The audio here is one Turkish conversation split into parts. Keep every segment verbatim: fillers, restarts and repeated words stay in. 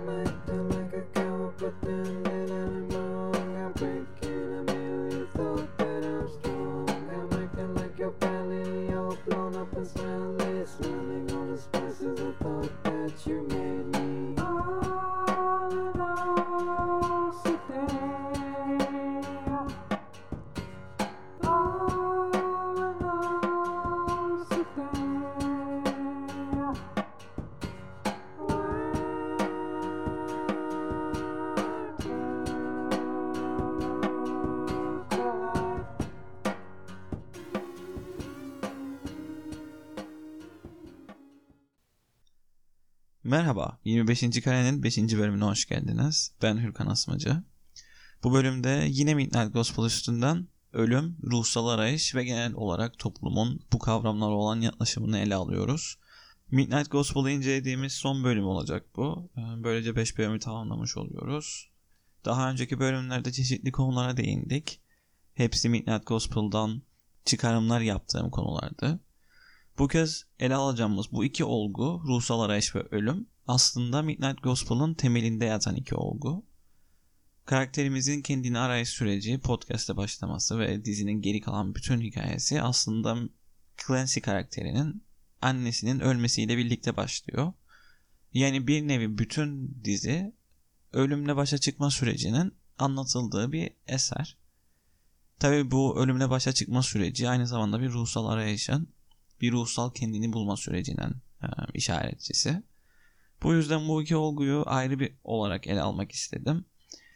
Merhaba, yirmi beşinci karenin beşinci bölümüne hoş geldiniz. Ben Hürkan Asmacı. Bu bölümde yine Midnight Gospel üstünden ölüm, ruhsal arayış ve genel olarak toplumun bu kavramlara olan yaklaşımını ele alıyoruz. Midnight Gospel'ı incelediğimiz son bölüm olacak bu. Böylece beş bölümü tamamlamış oluyoruz. Daha önceki bölümlerde çeşitli konulara değindik. Hepsi Midnight Gospel'dan çıkarımlar yaptığım konulardı. Bu kez ele alacağımız bu iki olgu, ruhsal arayış ve ölüm, aslında Midnight Gospel'ın temelinde yatan iki olgu. Karakterimizin kendini arayış süreci, podcast'e başlaması ve dizinin geri kalan bütün hikayesi aslında Clancy karakterinin annesinin ölmesiyle birlikte başlıyor. Yani bir nevi bütün dizi ölümle başa çıkma sürecinin anlatıldığı bir eser. Tabii bu ölümle başa çıkma süreci aynı zamanda bir ruhsal arayışın, bir ruhsal kendini bulma sürecinin e, işaretçisi. Bu yüzden bu iki olguyu ayrı bir olarak ele almak istedim.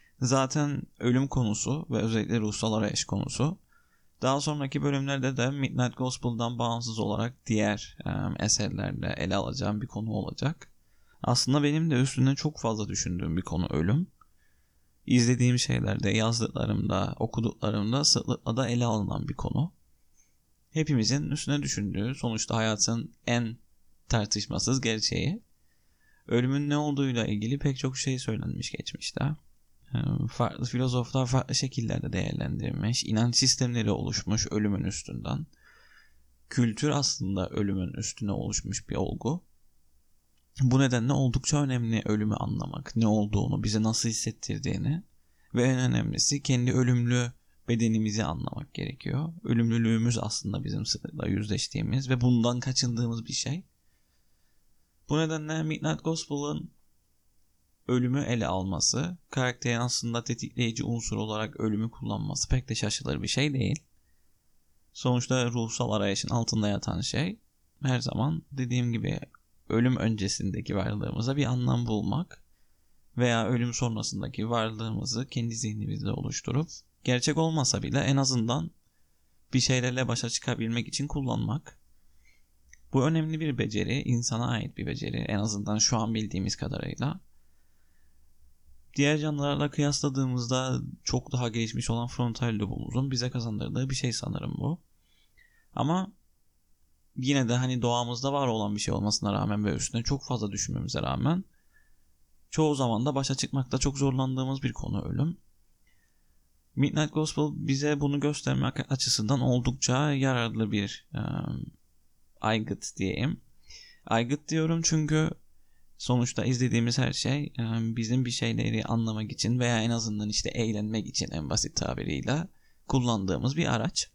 Zaten ölüm konusu ve özellikle ruhsal arayış konusu daha sonraki bölümlerde de Midnight Gospel'dan bağımsız olarak diğer e, eserlerle ele alacağım bir konu olacak. Aslında benim de üstüne çok fazla düşündüğüm bir konu ölüm. İzlediğim şeylerde, yazdıklarımda, okuduklarımda sıklıkla da ele alınan bir konu. Hepimizin üstüne düşündüğü, sonuçta hayatın en tartışmasız gerçeği. Ölümün ne olduğuyla ilgili pek çok şey söylenmiş geçmişte. Farklı filozoflar farklı şekillerde değerlendirilmiş, inanç sistemleri oluşmuş ölümün üstünden. Kültür aslında ölümün üstüne oluşmuş bir olgu. Bu nedenle oldukça önemli ölümü anlamak, ne olduğunu, bize nasıl hissettirdiğini ve en önemlisi kendi ölümlü bedenimizi anlamak gerekiyor. Ölümlülüğümüz aslında bizim sıklıkla yüzleştiğimiz ve bundan kaçındığımız bir şey. Bu nedenle Midnight Gospel'ın ölümü ele alması, karakterin aslında tetikleyici unsur olarak ölümü kullanması pek de şaşılır bir şey değil. Sonuçta ruhsal arayışın altında yatan şey her zaman dediğim gibi ölüm öncesindeki varlığımıza bir anlam bulmak veya ölüm sonrasındaki varlığımızı kendi zihnimizde oluşturup gerçek olmasa bile en azından bir şeylerle başa çıkabilmek için kullanmak. Bu önemli bir beceri, insana ait bir beceri en azından şu an bildiğimiz kadarıyla. Diğer canlılarla kıyasladığımızda çok daha gelişmiş olan frontal lobumuzun bize kazandırdığı bir şey sanırım bu. Ama yine de hani doğamızda var olan bir şey olmasına rağmen ve üstüne çok fazla düşünmemize rağmen çoğu zaman da başa çıkmakta çok zorlandığımız bir konu ölüm. Midnight Gospel bize bunu göstermek açısından oldukça yararlı bir um, aygıt diyeyim. Aygıt diyorum çünkü sonuçta izlediğimiz her şey um, bizim bir şeyleri anlamak için veya en azından işte eğlenmek için en basit tabiriyle kullandığımız bir araç.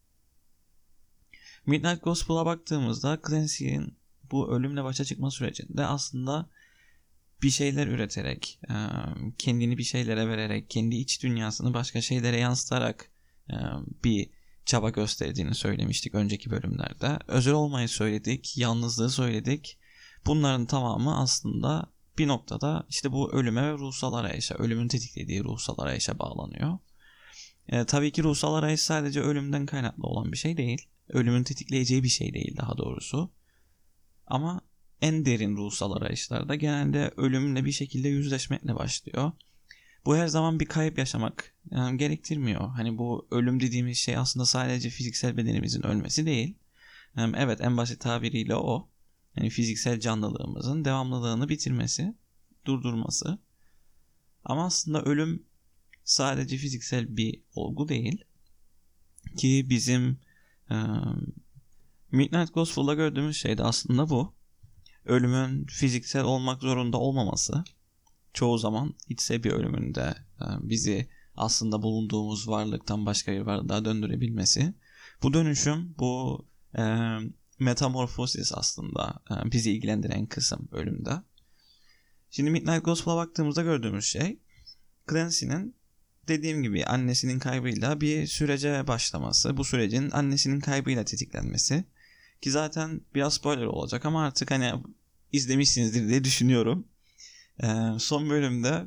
Midnight Gospel'a baktığımızda Clancy'nin bu ölümle başa çıkma sürecinde aslında bir şeyler üreterek, kendini bir şeylere vererek, kendi iç dünyasını başka şeylere yansıtarak bir çaba gösterdiğini söylemiştik önceki bölümlerde. Özel olmayı söyledik, yalnızlığı söyledik. Bunların tamamı aslında bir noktada işte bu ölüme ve ruhsal arayışa, ölümün tetiklediği ruhsal arayışa bağlanıyor. E, tabii ki ruhsal arayış sadece ölümden kaynaklı olan bir şey değil. Ölümün tetikleyeceği bir şey değil daha doğrusu. Ama en derin ruhsal arayışlarda genelde ölümle bir şekilde yüzleşmekle başlıyor. Bu her zaman bir kayıp yaşamak yani gerektirmiyor. Hani bu ölüm dediğimiz şey aslında sadece fiziksel bedenimizin ölmesi değil. Yani evet, en basit tabiriyle o. Yani fiziksel canlılığımızın devamlılığını bitirmesi, durdurması. Ama aslında ölüm sadece fiziksel bir olgu değil. Ki bizim e, Midnight Gospel'da gördüğümüz şey de aslında bu. Ölümün fiziksel olmak zorunda olmaması. çoğu zaman içse bir ölümünde bizi aslında bulunduğumuz varlıktan başka bir varlığa döndürebilmesi. Bu dönüşüm, bu e, metamorfosis aslında e, bizi ilgilendiren kısım ölümde. Şimdi Midnight Gospel'a baktığımızda gördüğümüz şey Clancy'nin dediğim gibi annesinin kaybıyla bir sürece başlaması. Bu sürecin annesinin kaybıyla tetiklenmesi. Ki zaten biraz spoiler olacak ama artık hani izlemişsinizdir diye düşünüyorum. Ee, son bölümde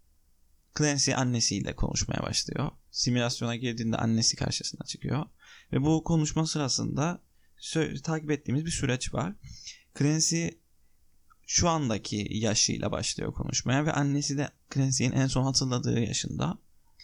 Clancy annesiyle konuşmaya başlıyor. Simülasyona girdiğinde annesi karşısına çıkıyor. Ve bu konuşma sırasında sö- takip ettiğimiz bir süreç var. Clancy şu andaki yaşıyla başlıyor konuşmaya ve annesi de Clancy'nin en son hatırladığı yaşında.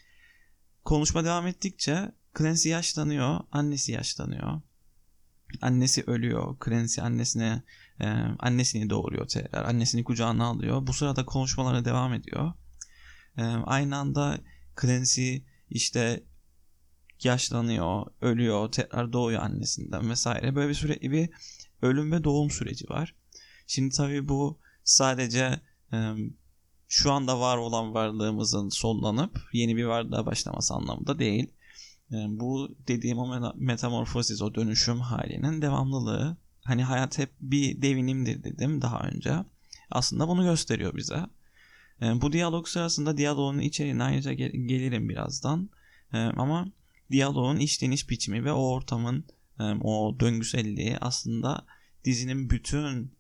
Konuşma devam ettikçe Clancy yaşlanıyor, annesi yaşlanıyor. Annesi ölüyor. Clancy annesine e, annesini doğuruyor tekrar. Annesini kucağına alıyor. Bu sırada konuşmaları devam ediyor. E, aynı anda Clancy işte yaşlanıyor, ölüyor, tekrar doğuyor annesinden vesaire. Böyle bir sürekli bir ölüm ve doğum süreci var. Şimdi tabii bu sadece e, şu anda var olan varlığımızın sonlanıp yeni bir varlığa başlaması anlamında değil. Yani bu dediğim o metamorfosis, o dönüşüm halinin devamlılığı. Hani hayat hep bir devinimdir dedim daha önce. Aslında bunu gösteriyor bize. Yani bu diyalog sırasında diyaloğun içeriğine ayrıca gel- gelirim birazdan. Yani ama diyaloğun işleniş biçimi ve o ortamın yani o döngüselliği aslında dizinin bütün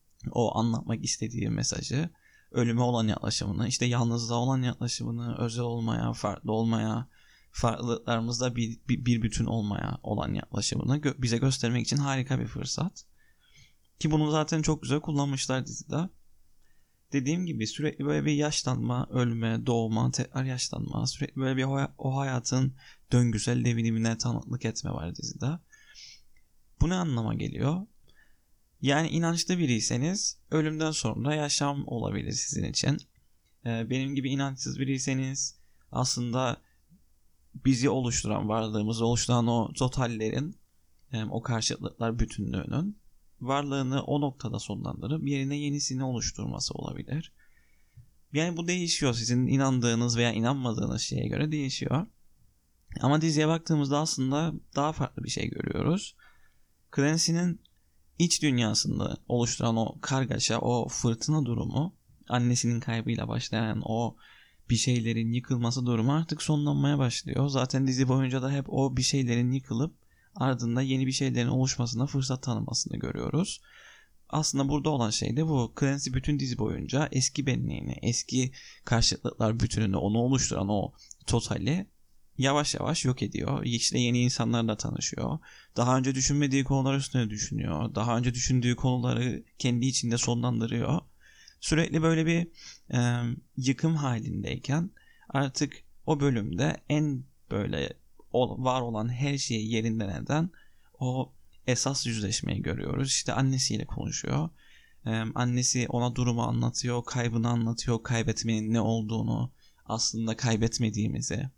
o anlatmak istediği mesajı, ölüme olan yaklaşımını, işte yalnızlığa olan yaklaşımını, özel olmaya, farklı olmaya, farklılıklarımızda bir, bir, bir bütün olmaya olan yaklaşımını gö- bize göstermek için harika bir fırsat. Ki bunu zaten çok güzel kullanmışlar dizide. Dediğim gibi sürekli böyle bir yaşlanma, ölme, doğma, tekrar yaşlanma, sürekli böyle bir o, o hayatın döngüsel devinimine tanıklık etme var dizide. Bu ne anlama geliyor? Yani inançlı biriyseniz ölümden sonra yaşam olabilir sizin için. Ee, benim gibi inançsız biriyseniz aslında bizi oluşturan, varlığımızı oluşturan o totallerin, o karşıtlıklar bütünlüğünün varlığını o noktada sonlandırıp yerine yenisini oluşturması olabilir. Yani bu değişiyor. Sizin inandığınız veya inanmadığınız şeye göre değişiyor. Ama diziye baktığımızda aslında daha farklı bir şey görüyoruz. Clancy'nin iç dünyasında oluşturan o kargaşa, o fırtına durumu, annesinin kaybıyla başlayan o bir şeylerin yıkılması durumu artık sonlanmaya başlıyor. Zaten dizi boyunca da hep o bir şeylerin yıkılıp ardında yeni bir şeylerin oluşmasına fırsat tanımasını görüyoruz. Aslında burada olan şey de bu. Clancy bütün dizi boyunca eski benliğini, eski karşıtlıklar bütününü, onu oluşturan o totali yavaş yavaş yok ediyor. İşte yeni insanlarla tanışıyor. Daha önce düşünmediği konular üstüne düşünüyor. Daha önce düşündüğü konuları kendi içinde sonlandırıyor. Sürekli böyle bir e, yıkım halindeyken artık o bölümde en böyle o, var olan her şeyi yerinden eden o esas yüzleşmeyi görüyoruz. İşte annesiyle konuşuyor. E, annesi ona durumu anlatıyor, kaybını anlatıyor, kaybetmenin ne olduğunu, aslında kaybetmediğimizi.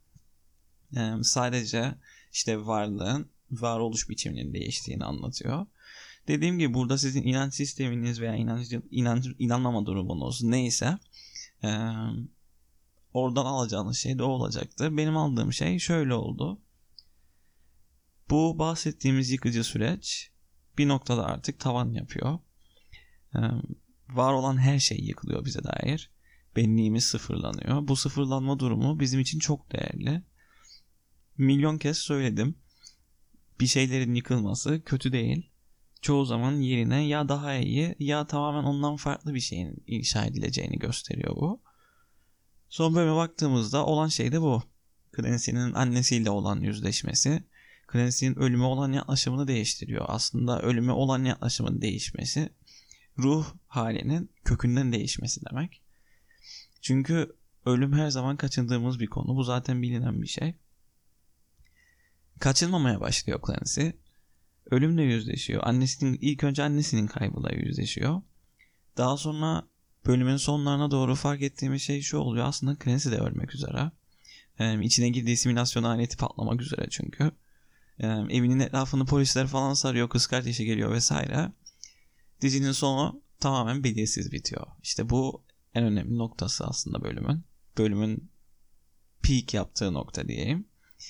E, sadece işte varlığın, varoluş biçiminin değiştiğini anlatıyor. Dediğim gibi burada sizin inanç sisteminiz veya inanç, inanç, inanmama durumunuz neyse e, oradan alacağınız şey de o olacaktır. Benim aldığım şey şöyle oldu. Bu bahsettiğimiz yıkıcı süreç bir noktada artık tavan yapıyor. E, var olan her şey yıkılıyor bize dair. Benliğimiz sıfırlanıyor. Bu sıfırlanma durumu bizim için çok değerli. Milyon kez söyledim. Bir şeylerin yıkılması kötü değil. Çoğu zaman yerine ya daha iyi ya tamamen ondan farklı bir şeyin inşa edileceğini gösteriyor bu. Son bölüme baktığımızda olan şey de bu. Clancy'nin annesiyle olan yüzleşmesi, Clancy'nin ölüme olan yaklaşımını değiştiriyor. Aslında ölüme olan yaklaşımın değişmesi, ruh halinin kökünden değişmesi demek. Çünkü ölüm her zaman kaçındığımız bir konu. Bu zaten bilinen bir şey. Kaçınmamaya başlıyor Clancy. Ölümle yüzleşiyor. Annesinin ilk önce annesinin kaybıyla yüzleşiyor. Daha sonra bölümün sonlarına doğru fark ettiğimiz şey şu oluyor. Aslında Clancy de ölmek üzere. Ee, içine girdiği simülasyon aleti patlamak üzere çünkü. Ee, evinin etrafını polisler falan sarıyor. Kız kardeşi geliyor vesaire. Dizinin sonu tamamen belirsiz bitiyor. İşte bu en önemli noktası aslında bölümün. Bölümün peak yaptığı nokta diyeyim.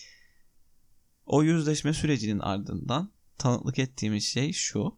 O yüzleşme sürecinin ardından tanıklık ettiğimiz şey şu.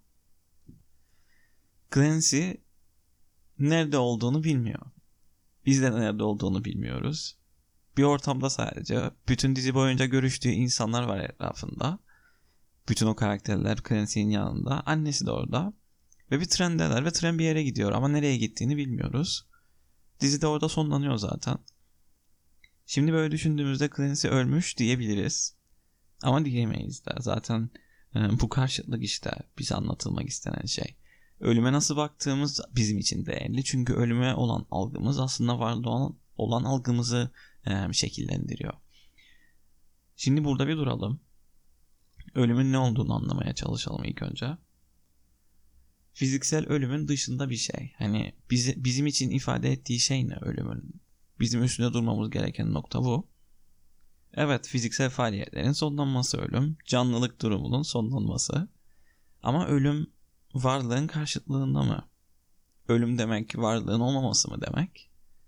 Clancy nerede olduğunu bilmiyor. Biz de nerede olduğunu bilmiyoruz. Bir ortamda sadece bütün dizi boyunca görüştüğü insanlar var etrafında. Bütün o karakterler Clancy'nin yanında. Annesi de orada. Ve bir trendeler ve tren bir yere gidiyor ama nereye gittiğini bilmiyoruz. Dizi de orada sonlanıyor zaten. Şimdi böyle düşündüğümüzde Clancy ölmüş diyebiliriz. Ama diyemeyiz de. Zaten e, bu karşıtlık işte bize anlatılmak istenen şey. Ölüme nasıl baktığımız bizim için değerli. Çünkü ölüme olan algımız aslında varlığı olan, olan algımızı e, şekillendiriyor. Şimdi burada bir duralım. Ölümün ne olduğunu anlamaya çalışalım ilk önce. Fiziksel ölümün dışında bir şey. Hani bizi, bizim için ifade ettiği şey ne ölümün? Bizim üstünde durmamız gereken nokta bu. Evet, fiziksel faaliyetlerin sonlanması ölüm, canlılık durumunun sonlanması. Ama ölüm varlığın karşıtlığında mı? Ölüm demek varlığın olmaması mı demek?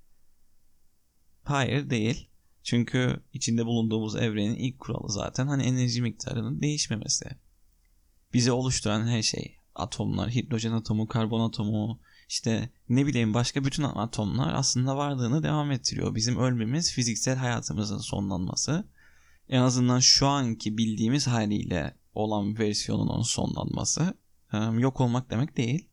Hayır, değil. Çünkü içinde bulunduğumuz evrenin ilk kuralı zaten hani enerji miktarının değişmemesi. Bizi oluşturan her şey, atomlar, hidrojen atomu, karbon atomu, işte ne bileyim başka bütün atomlar aslında varlığını devam ettiriyor. Bizim ölmemiz fiziksel hayatımızın sonlanması. En azından şu anki bildiğimiz haliyle olan versiyonunun sonlanması yok olmak demek değil.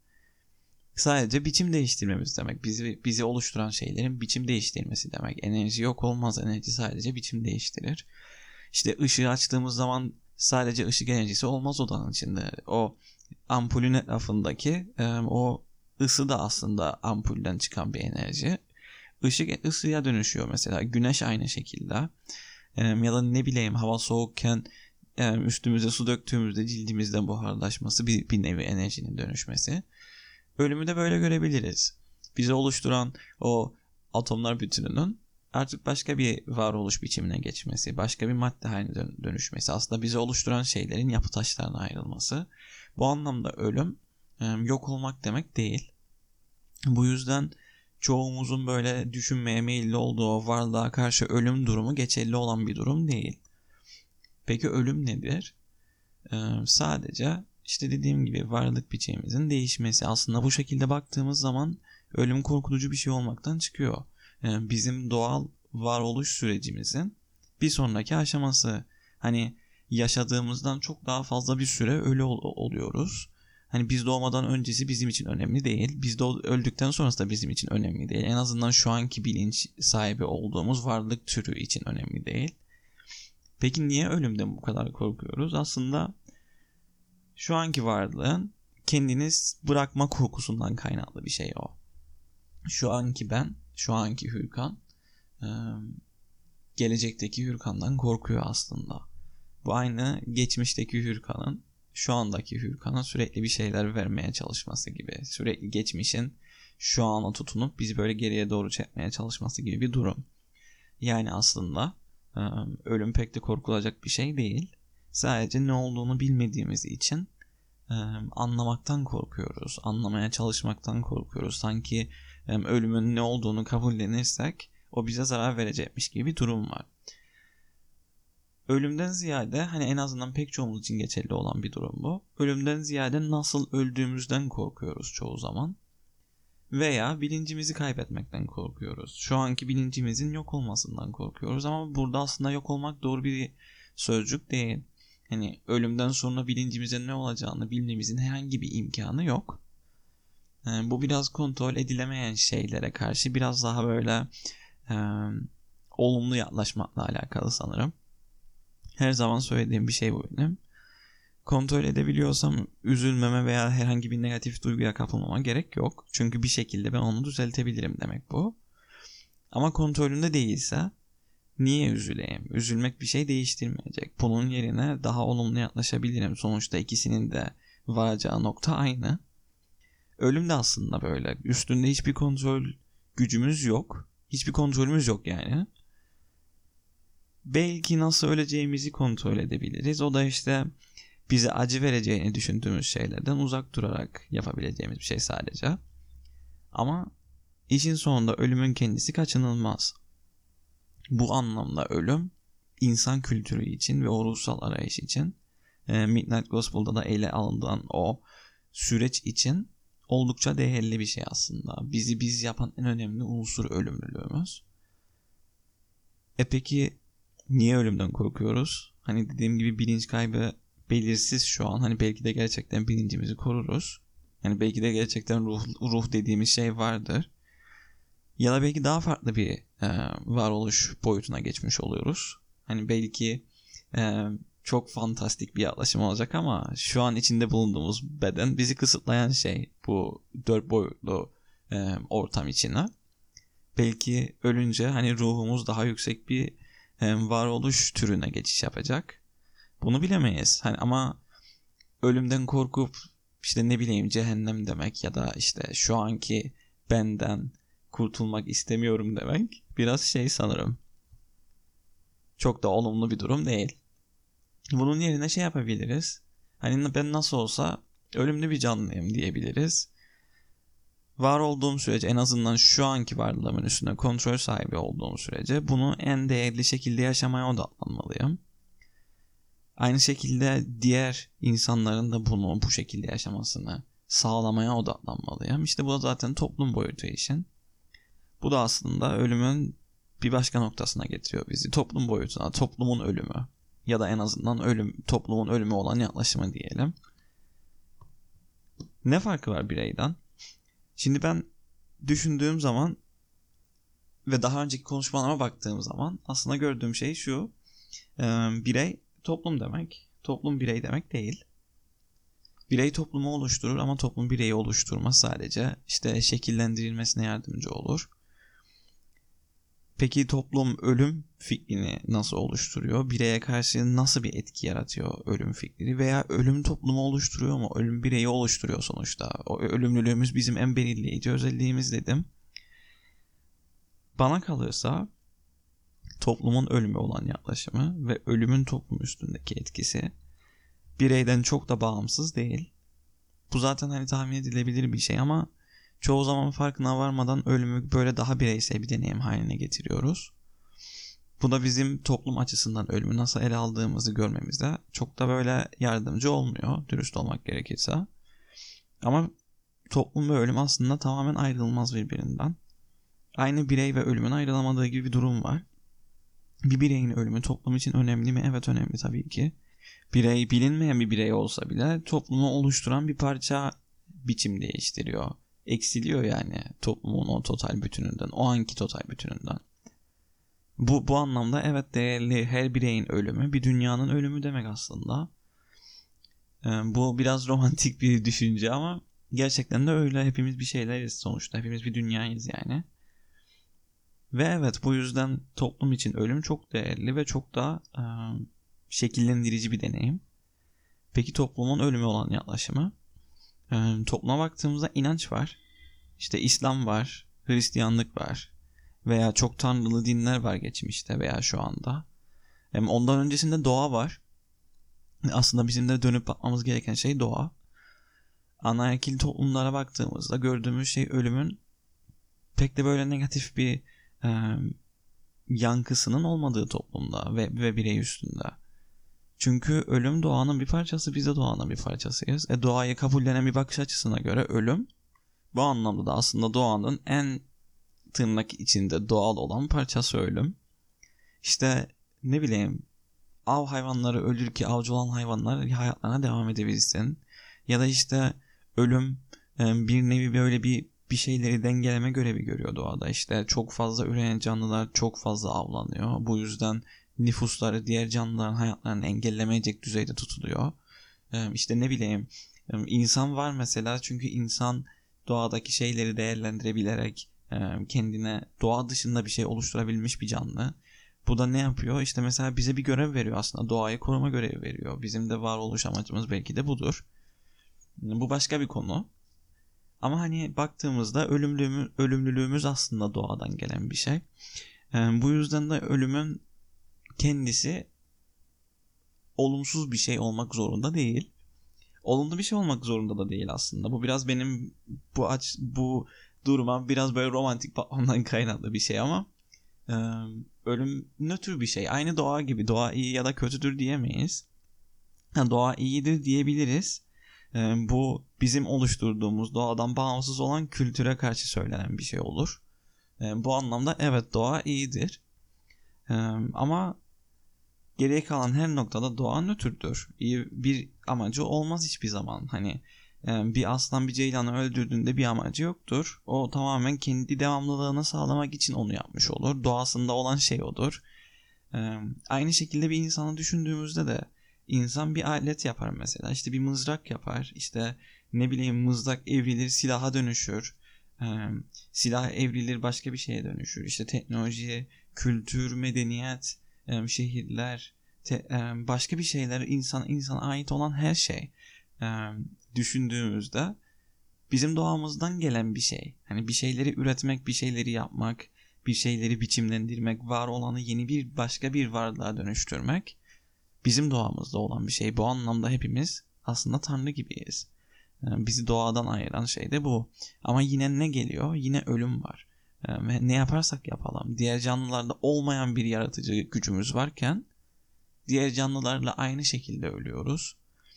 Sadece biçim değiştirmemiz demek. Bizi, bizi oluşturan şeylerin biçim değiştirmesi demek. Enerji yok olmaz. Enerji sadece biçim değiştirir. İşte ışığı açtığımız zaman sadece ışık enerjisi olmaz odanın içinde. O ampulün etrafındaki o ısı da aslında ampulden çıkan bir enerji. Işık ısıya dönüşüyor mesela. Güneş aynı şekilde. Ya da ne bileyim hava soğukken üstümüze su döktüğümüzde cildimizden buharlaşması bir, bir nevi enerjinin dönüşmesi. Ölümü de böyle görebiliriz. Bizi oluşturan o atomlar bütününün artık başka bir varoluş biçimine geçmesi, başka bir madde haline dönüşmesi, aslında bizi oluşturan şeylerin yapı taşlarına ayrılması. Bu anlamda ölüm yok olmak demek değil. Bu yüzden çoğumuzun böyle düşünmeye meyilli olduğu o varlığa karşı ölüm durumu geçerli olan bir durum değil. Peki ölüm nedir? Ee, sadece işte dediğim gibi varlık biçimimizin değişmesi. Aslında bu şekilde baktığımız zaman ölüm korkutucu bir şey olmaktan çıkıyor. Ee, bizim doğal varoluş sürecimizin bir sonraki aşaması. Hani yaşadığımızdan çok daha fazla bir süre ölü ol- oluyoruz. Hani biz doğmadan öncesi bizim için önemli değil. Biz de öldükten sonrası da bizim için önemli değil. En azından şu anki bilinç sahibi olduğumuz varlık türü için önemli değil. Peki niye ölümden bu kadar korkuyoruz? Aslında şu anki varlığın kendiniz bırakma korkusundan kaynaklı bir şey o. Şu anki ben, şu anki Hürkan, gelecekteki Hürkan'dan korkuyor aslında. Bu aynı geçmişteki Hürkan'ın şu andaki Hürkan'a sürekli bir şeyler vermeye çalışması gibi. Sürekli geçmişin şu ana tutunup bizi böyle geriye doğru çekmeye çalışması gibi bir durum. Yani aslında ölüm pek de korkulacak bir şey değil. Sadece ne olduğunu bilmediğimiz için anlamaktan korkuyoruz. Anlamaya çalışmaktan korkuyoruz. Sanki ölümün ne olduğunu kabullenirsek o bize zarar verecekmiş gibi bir durum var. Ölümden ziyade hani en azından pek çoğumuz için geçerli olan bir durum bu. Ölümden ziyade nasıl öldüğümüzden korkuyoruz çoğu zaman. Veya bilincimizi kaybetmekten korkuyoruz. Şu anki bilincimizin yok olmasından korkuyoruz ama burada aslında yok olmak doğru bir sözcük değil. Hani ölümden sonra bilincimize ne olacağını bilmemizin herhangi bir imkanı yok. Yani bu biraz kontrol edilemeyen şeylere karşı biraz daha böyle e, olumlu yaklaşmakla alakalı sanırım. Her zaman söylediğim bir şey bu benim. Kontrol edebiliyorsam üzülmeme veya herhangi bir negatif duyguya kapılmama gerek yok. Çünkü bir şekilde ben onu düzeltebilirim demek bu. Ama kontrolünde değilse niye üzüleyim? Üzülmek bir şey değiştirmeyecek. Bunun yerine daha olumlu yaklaşabilirim. Sonuçta ikisinin de varacağı nokta aynı. Ölüm de aslında böyle. Üstünde hiçbir kontrol gücümüz yok. Hiçbir kontrolümüz yok yani. Belki nasıl öleceğimizi kontrol edebiliriz. O da işte bize acı vereceğini düşündüğümüz şeylerden uzak durarak yapabileceğimiz bir şey sadece. Ama İşin sonunda ölümün kendisi kaçınılmaz. Bu anlamda ölüm insan kültürü için ve o ruhsal arayış için, Midnight Gospel'da da ele alınan o süreç için oldukça değerli bir şey aslında. Bizi biz yapan en önemli unsur ölümlülüğümüz. E peki niye ölümden korkuyoruz? Hani dediğim gibi bilinç kaybı belirsiz şu an. Hani belki de gerçekten bilincimizi koruruz. Yani belki de gerçekten ruh, ruh dediğimiz şey vardır. Ya da belki daha farklı bir e, varoluş boyutuna geçmiş oluyoruz. Hani belki e, çok fantastik bir yaklaşım olacak ama şu an içinde bulunduğumuz beden bizi kısıtlayan şey bu dört boyutlu e, ortam içine. Belki ölünce hani ruhumuz daha yüksek bir e, varoluş türüne geçiş yapacak. Bunu bilemeyiz. Hani ama ölümden korkup işte ne bileyim cehennem demek ya da işte şu anki benden kurtulmak istemiyorum demek biraz şey sanırım. Çok da olumlu bir durum değil. Bunun yerine şey yapabiliriz. Hani ben nasıl olsa ölümlü bir canlıyım diyebiliriz. Var olduğum sürece, en azından şu anki varlığımın üstüne kontrol sahibi olduğum sürece bunu en değerli şekilde yaşamaya odaklanmalıyım. Aynı şekilde diğer insanların da bunu bu şekilde yaşamasını sağlamaya odaklanmalıyım. İşte bu da zaten toplum boyutu işin. Bu da aslında ölümün bir başka noktasına getiriyor bizi. Toplum boyutuna, toplumun ölümü ya da en azından ölüm, toplumun ölümü olan yaklaşımı diyelim. Ne farkı var bireyden? Şimdi ben düşündüğüm zaman ve daha önceki konuşmalarıma baktığım zaman aslında gördüğüm şey şu. E, birey toplum demek. Toplum birey demek değil. Birey toplumu oluşturur ama toplum bireyi oluşturmaz, sadece işte şekillendirilmesine yardımcı olur. Peki toplum ölüm fikrini nasıl oluşturuyor? Bireye karşı nasıl bir etki yaratıyor ölüm fikri? Veya ölüm toplumu oluşturuyor mu? Ölüm bireyi oluşturuyor sonuçta. O ölümlülüğümüz bizim en belirleyici özelliğimiz dedim. Bana kalırsa toplumun ölümü olan yaklaşımı ve ölümün toplum üstündeki etkisi bireyden çok da bağımsız değil. Bu zaten hani tahmin edilebilir bir şey ama çoğu zaman farkına varmadan ölümü böyle daha bireysel bir deneyim haline getiriyoruz. Bu da bizim toplum açısından ölümü nasıl ele aldığımızı görmemize çok da böyle yardımcı olmuyor, dürüst olmak gerekirse. Ama toplum ve ölüm aslında tamamen ayrılmaz birbirinden. Aynı birey ve ölümün ayrılamadığı gibi bir durum var. Bir bireyin ölümü toplum için önemli mi? Evet, önemli tabii ki. Birey bilinmeyen bir birey olsa bile toplumu oluşturan bir parça biçim değiştiriyor. Eksiliyor yani toplumun o total bütününden, o anki total bütününden. Bu, bu anlamda evet değerli, her bireyin ölümü bir dünyanın ölümü demek aslında. Ee, bu biraz romantik bir düşünce ama gerçekten de öyle. Hepimiz bir şeyleriz sonuçta. Hepimiz bir dünyayız yani. Ve evet, bu yüzden toplum için ölüm çok değerli ve çok da e, şekillendirici bir deneyim. Peki toplumun ölümü olan yaklaşımı? E, topluma baktığımızda inanç var. İşte İslam var, Hristiyanlık var veya çok tanrılı dinler var geçmişte veya şu anda. Hem ondan öncesinde doğa var. Aslında bizim de dönüp bakmamız gereken şey doğa. Anaerkil toplumlara baktığımızda gördüğümüz şey ölümün pek de böyle negatif bir e, yankısının olmadığı toplumda ve, ve birey üstünde. Çünkü ölüm doğanın bir parçası, biz de doğanın bir parçasıyız. E, doğayı kabullenen bir bakış açısına göre ölüm bu anlamda da aslında doğanın en tırnak içinde doğal olan parçası ölüm. İşte ne bileyim, av hayvanları ölür ki avcı olan hayvanlar hayatlarına devam edebilsin. Ya da işte ölüm bir nevi böyle bir bir şeyleri dengeleme görevi görüyor doğada. İşte çok fazla üreyen canlılar çok fazla avlanıyor. Bu yüzden nüfusları diğer canlıların hayatlarını engellemeyecek düzeyde tutuluyor. İşte ne bileyim, insan var mesela, çünkü insan doğadaki şeyleri değerlendirebilerek kendine doğa dışında bir şey oluşturabilmiş bir canlı. Bu da ne yapıyor? İşte mesela bize bir görev veriyor aslında. Doğayı koruma görevi veriyor. Bizim de varoluş amacımız belki de budur. Bu başka bir konu. Ama hani baktığımızda ölümlülüğümüz, ölümlülüğümüz aslında doğadan gelen bir şey. Yani bu yüzden de ölümün kendisi olumsuz bir şey olmak zorunda değil. Olumlu bir şey olmak zorunda da değil aslında. Bu biraz benim bu aç bu durmam. Biraz böyle romantik ondan kaynaklı bir şey ama e, ölüm nötr bir şey. Aynı doğa gibi. Doğa iyi ya da kötüdür diyemeyiz. Ha, doğa iyidir diyebiliriz. E, bu bizim oluşturduğumuz doğadan bağımsız olan kültüre karşı söylenen bir şey olur. E, bu anlamda evet doğa iyidir. E, ama geriye kalan her noktada doğa nötrdür. İyi bir amacı olmaz hiçbir zaman. Hani bir aslan bir ceylanı öldürdüğünde bir amacı yoktur. O tamamen kendi devamlılığını sağlamak için onu yapmış olur. Doğasında olan şey odur. Aynı şekilde bir insanı düşündüğümüzde de insan bir alet yapar mesela. İşte bir mızrak yapar. İşte ne bileyim mızrak evrilir, silaha dönüşür. Silah evrilir, başka bir şeye dönüşür. İşte teknoloji, kültür, medeniyet, şehirler, te, başka bir şeyler, insan insana ait olan her şey düşündüğümüzde bizim doğamızdan gelen bir şey. Hani bir şeyleri üretmek, bir şeyleri yapmak, bir şeyleri biçimlendirmek, var olanı yeni bir başka bir varlığa dönüştürmek bizim doğamızda olan bir şey. Bu anlamda hepimiz aslında Tanrı gibiyiz. Bizi doğadan ayıran şey de bu. Ama yine ne geliyor? Yine ölüm var. Ve ne yaparsak yapalım. Diğer canlılarda olmayan bir yaratıcı gücümüz varken diğer canlılarla aynı şekilde ölüyoruz.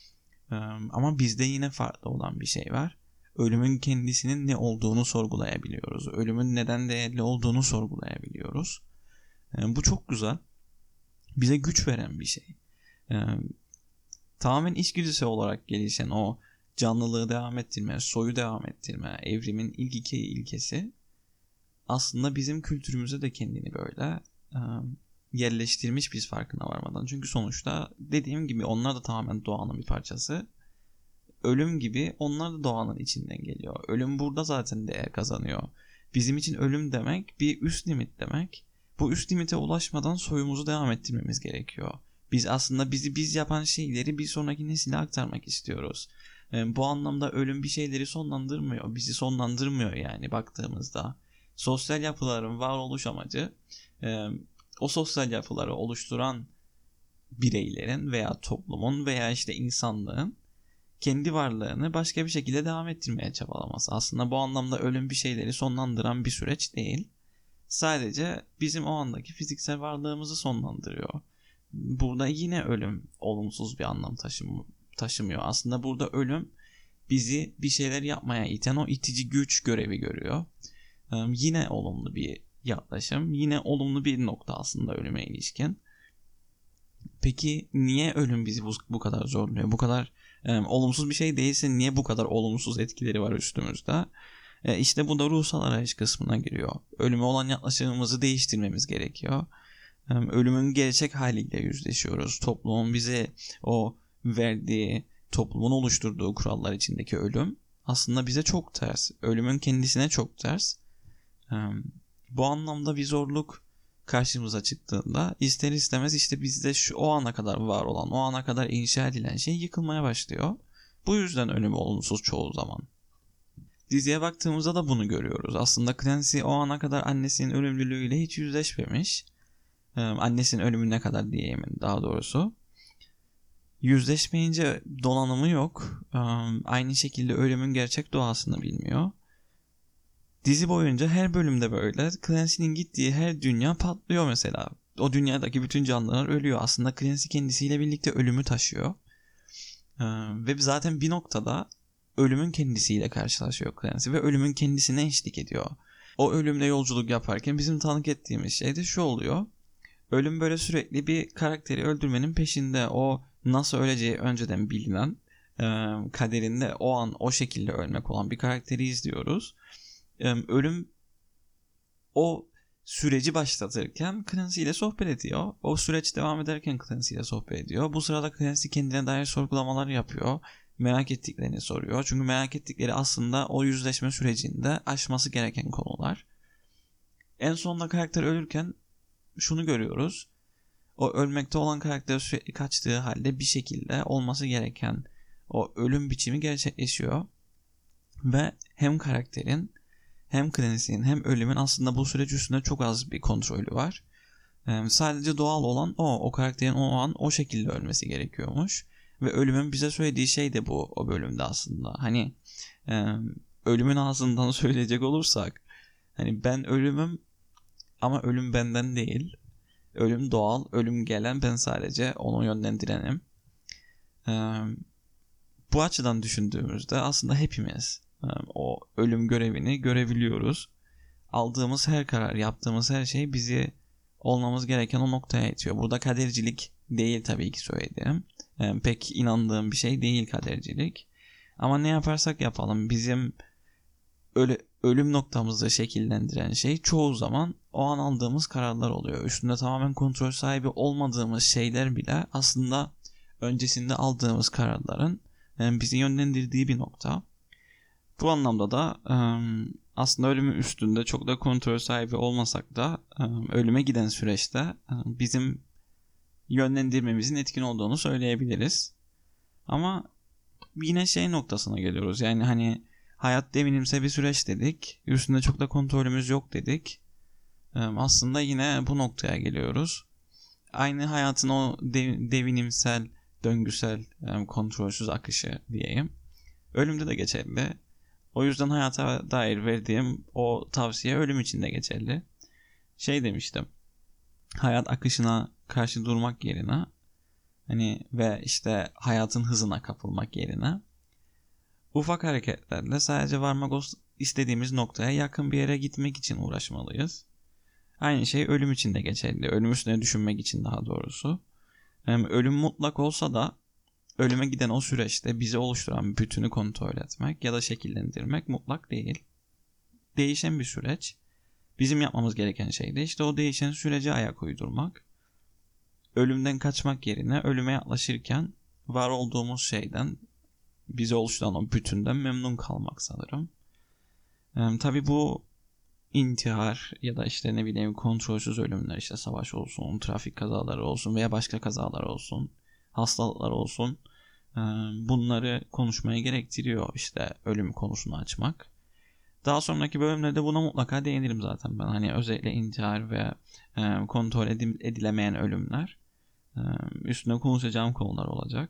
Ama bizde yine farklı olan bir şey var. Ölümün kendisinin ne olduğunu sorgulayabiliyoruz. Ölümün neden değerli olduğunu sorgulayabiliyoruz. Bu çok güzel. Bize güç veren bir şey. Tamamen içgüdüsel olarak gelişen o canlılığı devam ettirme, soyu devam ettirme, evrimin ilk iki ilkesi aslında bizim kültürümüze de kendini böyle yerleştirmiş biz farkına varmadan. Çünkü sonuçta dediğim gibi onlar da tamamen doğanın bir parçası. Ölüm gibi onlar da doğanın içinden geliyor. Ölüm burada zaten değer kazanıyor. Bizim için ölüm demek bir üst limit demek. Bu üst limite ulaşmadan soyumuzu devam ettirmemiz gerekiyor. Biz aslında bizi biz yapan şeyleri bir sonraki nesile aktarmak istiyoruz. Yani bu anlamda ölüm bir şeyleri sonlandırmıyor. Bizi sonlandırmıyor yani baktığımızda. Sosyal yapıların varoluş amacı o sosyal yapıları oluşturan bireylerin veya toplumun veya işte insanlığın kendi varlığını başka bir şekilde devam ettirmeye çabalaması. Aslında bu anlamda ölüm bir şeyleri sonlandıran bir süreç değil. Sadece bizim o andaki fiziksel varlığımızı sonlandırıyor. Burada yine ölüm olumsuz bir anlam taşım taşımıyor. Aslında burada ölüm bizi bir şeyler yapmaya iten o itici güç görevi görüyor. Ee, yine olumlu bir yaklaşım. Yine olumlu bir nokta aslında ölüme ilişkin. Peki niye ölüm bizi bu, bu kadar zorluyor? Bu kadar e, olumsuz bir şey değilse niye bu kadar olumsuz etkileri var üstümüzde? E, işte bu da ruhsal arayış kısmına giriyor. Ölüme olan yaklaşımımızı değiştirmemiz gerekiyor. E, ölümün gerçek haliyle yüzleşiyoruz. Toplumun bize o verdiği, toplumun oluşturduğu kurallar içindeki ölüm aslında bize çok ters. Ölümün kendisine çok ters. E, bu anlamda bir zorluk karşımıza çıktığında ister istemez işte bizde şu o ana kadar var olan, o ana kadar inşa edilen şey yıkılmaya başlıyor. Bu yüzden ölüm olumsuz çoğu zaman. Diziye baktığımızda da bunu görüyoruz. Aslında Clancy o ana kadar annesinin ölümlülüğüyle hiç yüzleşmemiş. Ee, annesinin ölümüne kadar diyeyim daha doğrusu. Yüzleşmeyince donanımı yok. Ee, aynı şekilde ölümün gerçek doğasını bilmiyor. Dizi boyunca her bölümde böyle Clancy'nin gittiği her dünya patlıyor mesela. O dünyadaki bütün canlılar ölüyor. Aslında Clancy kendisiyle birlikte ölümü taşıyor. Ee, ve zaten bir noktada ölümün kendisiyle karşılaşıyor Clancy ve ölümün kendisine eşlik ediyor. O ölümle yolculuk yaparken bizim tanık ettiğimiz şey de şu oluyor. Ölüm böyle sürekli bir karakteri öldürmenin peşinde. O nasıl öleceği önceden bilinen, e, kaderinde o an o şekilde ölmek olan bir karakteri izliyoruz. Ölüm o süreci başlatırken Clancy ile sohbet ediyor. O süreç devam ederken Clancy ile sohbet ediyor. Bu sırada Clancy kendine dair sorgulamalar yapıyor. Merak ettiklerini soruyor. Çünkü merak ettikleri aslında o yüzleşme sürecinde aşması gereken konular. En sonunda karakter ölürken şunu görüyoruz. O ölmekte olan karakter sürekli kaçtığı halde bir şekilde olması gereken o ölüm biçimi gerçekleşiyor. Ve hem karakterin hem Clancy'nin hem ölümün aslında bu süreç üstünde çok az bir kontrolü var. Ee, sadece doğal olan o. O karakterin o an o şekilde ölmesi gerekiyormuş. Ve ölümün bize söylediği şey de bu o bölümde aslında. Hani e, ölümün ağzından söyleyecek olursak, hani ben ölümüm ama ölüm benden değil. Ölüm doğal, ölüm gelen, ben sadece onu yönlendirenim. Ee, bu açıdan düşündüğümüzde aslında hepimiz e, o ölüm görevini görebiliyoruz. Aldığımız her karar, yaptığımız her şey bizi olmamız gereken o noktaya itiyor. Burada kadercilik değil tabii ki söylediğim. E, pek inandığım bir şey değil kadercilik. Ama ne yaparsak yapalım bizim öyle ölüm noktamızı şekillendiren şey çoğu zaman o an aldığımız kararlar oluyor. Üstünde tamamen kontrol sahibi olmadığımız şeyler bile aslında öncesinde aldığımız kararların yani bizi yönlendirdiği bir nokta. Bu anlamda da aslında ölümün üstünde çok da kontrol sahibi olmasak da ölüme giden süreçte bizim yönlendirmemizin etkin olduğunu söyleyebiliriz. Ama yine şey noktasına geliyoruz. Yani hani hayat devinimsel bir süreç dedik. Üstünde çok da kontrolümüz yok dedik. Aslında yine bu noktaya geliyoruz. Aynı hayatın o devinimsel, döngüsel, kontrolsüz akışı diyeyim. Ölümde de geçerli. O yüzden hayata dair verdiğim o tavsiye ölüm için de geçerli. Şey demiştim. Hayat akışına karşı durmak yerine hani ve işte hayatın hızına kapılmak yerine ufak hareketlerle sadece varmak istediğimiz noktaya yakın bir yere gitmek için uğraşmalıyız. Aynı şey ölüm için de geçerli. Ölüm üstüne düşünmek için daha doğrusu. Yani ölüm mutlak olsa da ölüme giden o süreçte bizi oluşturan bütünü kontrol etmek ya da şekillendirmek mutlak değil. Değişen bir süreç. Bizim yapmamız gereken şey de işte o değişen sürece ayak uydurmak. Ölümden kaçmak yerine ölüme yaklaşırken var olduğumuz şeyden, bizi oluşturan o bütünden memnun kalmak sanırım. Ee, tabii bu intihar ya da işte ne bileyim kontrolsüz ölümler, işte savaş olsun, trafik kazaları olsun veya başka kazalar olsun, hastalıklar olsun, bunları konuşmaya gerektiriyor işte ölüm konusunu açmak. Daha sonraki bölümlerde buna mutlaka değinirim zaten ben. Hani özellikle intihar ve kontrol edilemeyen ölümler üstüne konuşacağım konular olacak.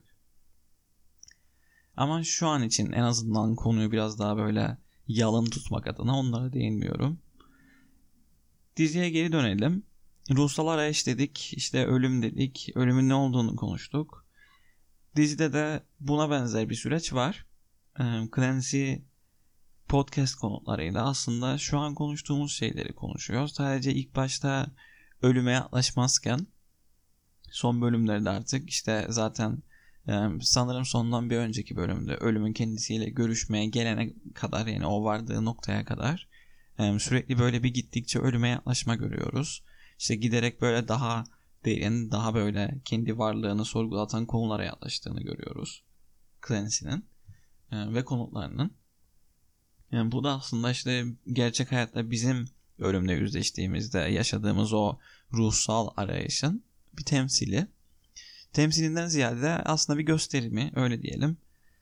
Ama şu an için en azından konuyu biraz daha böyle yalın tutmak adına onlara değinmiyorum. Diziye geri dönelim. Ruhsal arayış dedik, işte ölüm dedik, ölümün ne olduğunu konuştuk. Dizide de buna benzer bir süreç var. Clancy podcast konuklarıyla aslında şu an konuştuğumuz şeyleri konuşuyor. Sadece ilk başta ölüme yaklaşmazken son bölümlerde artık işte zaten sanırım sondan bir önceki bölümde ölümün kendisiyle görüşmeye gelene kadar, yani o vardığı noktaya kadar sürekli böyle bir gittikçe ölüme yaklaşma görüyoruz. İşte giderek böyle daha derin, daha böyle kendi varlığını sorgulatan konulara yaklaştığını görüyoruz Clancy'nin ve konuklarının. Yani bu da aslında işte gerçek hayatta bizim ölümle yüzleştiğimizde yaşadığımız o ruhsal arayışın bir temsili. Temsilinden ziyade aslında bir gösterimi, öyle diyelim.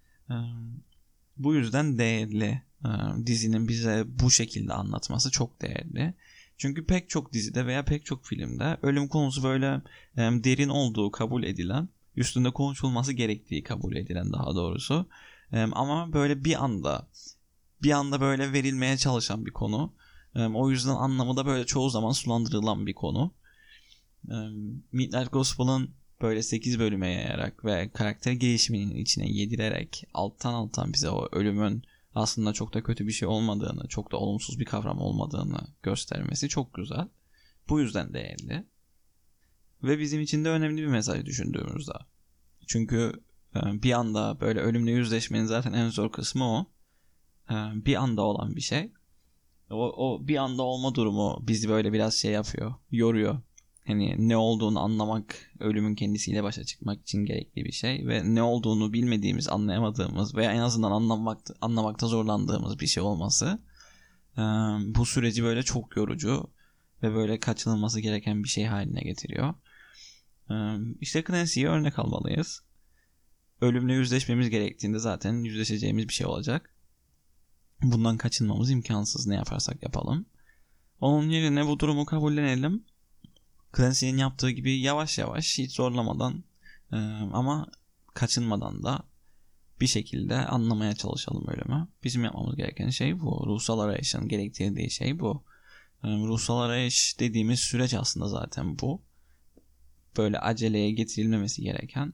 Bu yüzden değerli. Dizinin bize bu şekilde anlatması çok değerli. Çünkü pek çok dizide veya pek çok filmde ölüm konusu böyle derin olduğu kabul edilen, üstünde konuşulması gerektiği kabul edilen daha doğrusu. Ama böyle bir anda bir anda böyle verilmeye çalışan bir konu. O yüzden anlamı da böyle çoğu zaman sulandırılan bir konu. Midnight Gospel'ın böyle sekiz bölüme yayarak ve karakter gelişiminin içine yedirerek alttan alttan bize o ölümün aslında çok da kötü bir şey olmadığını, çok da olumsuz bir kavram olmadığını göstermesi çok güzel. Bu yüzden değerli. Ve bizim için de önemli bir mesaj düşündüğümüzde. Çünkü bir anda böyle ölümle yüzleşmenin zaten en zor kısmı o. Bir anda olan bir şey. O, o bir anda olma durumu bizi böyle biraz şey yapıyor, yoruyor. Hani ne olduğunu anlamak, ölümün kendisiyle başa çıkmak için gerekli bir şey ve ne olduğunu bilmediğimiz, anlayamadığımız veya en azından anlamakta, anlamakta zorlandığımız bir şey olması e, bu süreci böyle çok yorucu ve böyle kaçınılması gereken bir şey haline getiriyor. E, işte Clancy'ye örnek almalıyız. Ölümle yüzleşmemiz gerektiğinde zaten yüzleşeceğimiz bir şey olacak. Bundan kaçınmamız imkansız, ne yaparsak yapalım. Onun yerine bu durumu kabullenelim. Clancy'nin yaptığı gibi yavaş yavaş, hiç zorlamadan e, ama kaçınmadan da bir şekilde anlamaya çalışalım ölümü. Bizim yapmamız gereken şey bu. Ruhsal arayışın gerektirdiği şey bu. Ruhsal arayış dediğimiz süreç aslında zaten bu. Böyle aceleye getirilmemesi gereken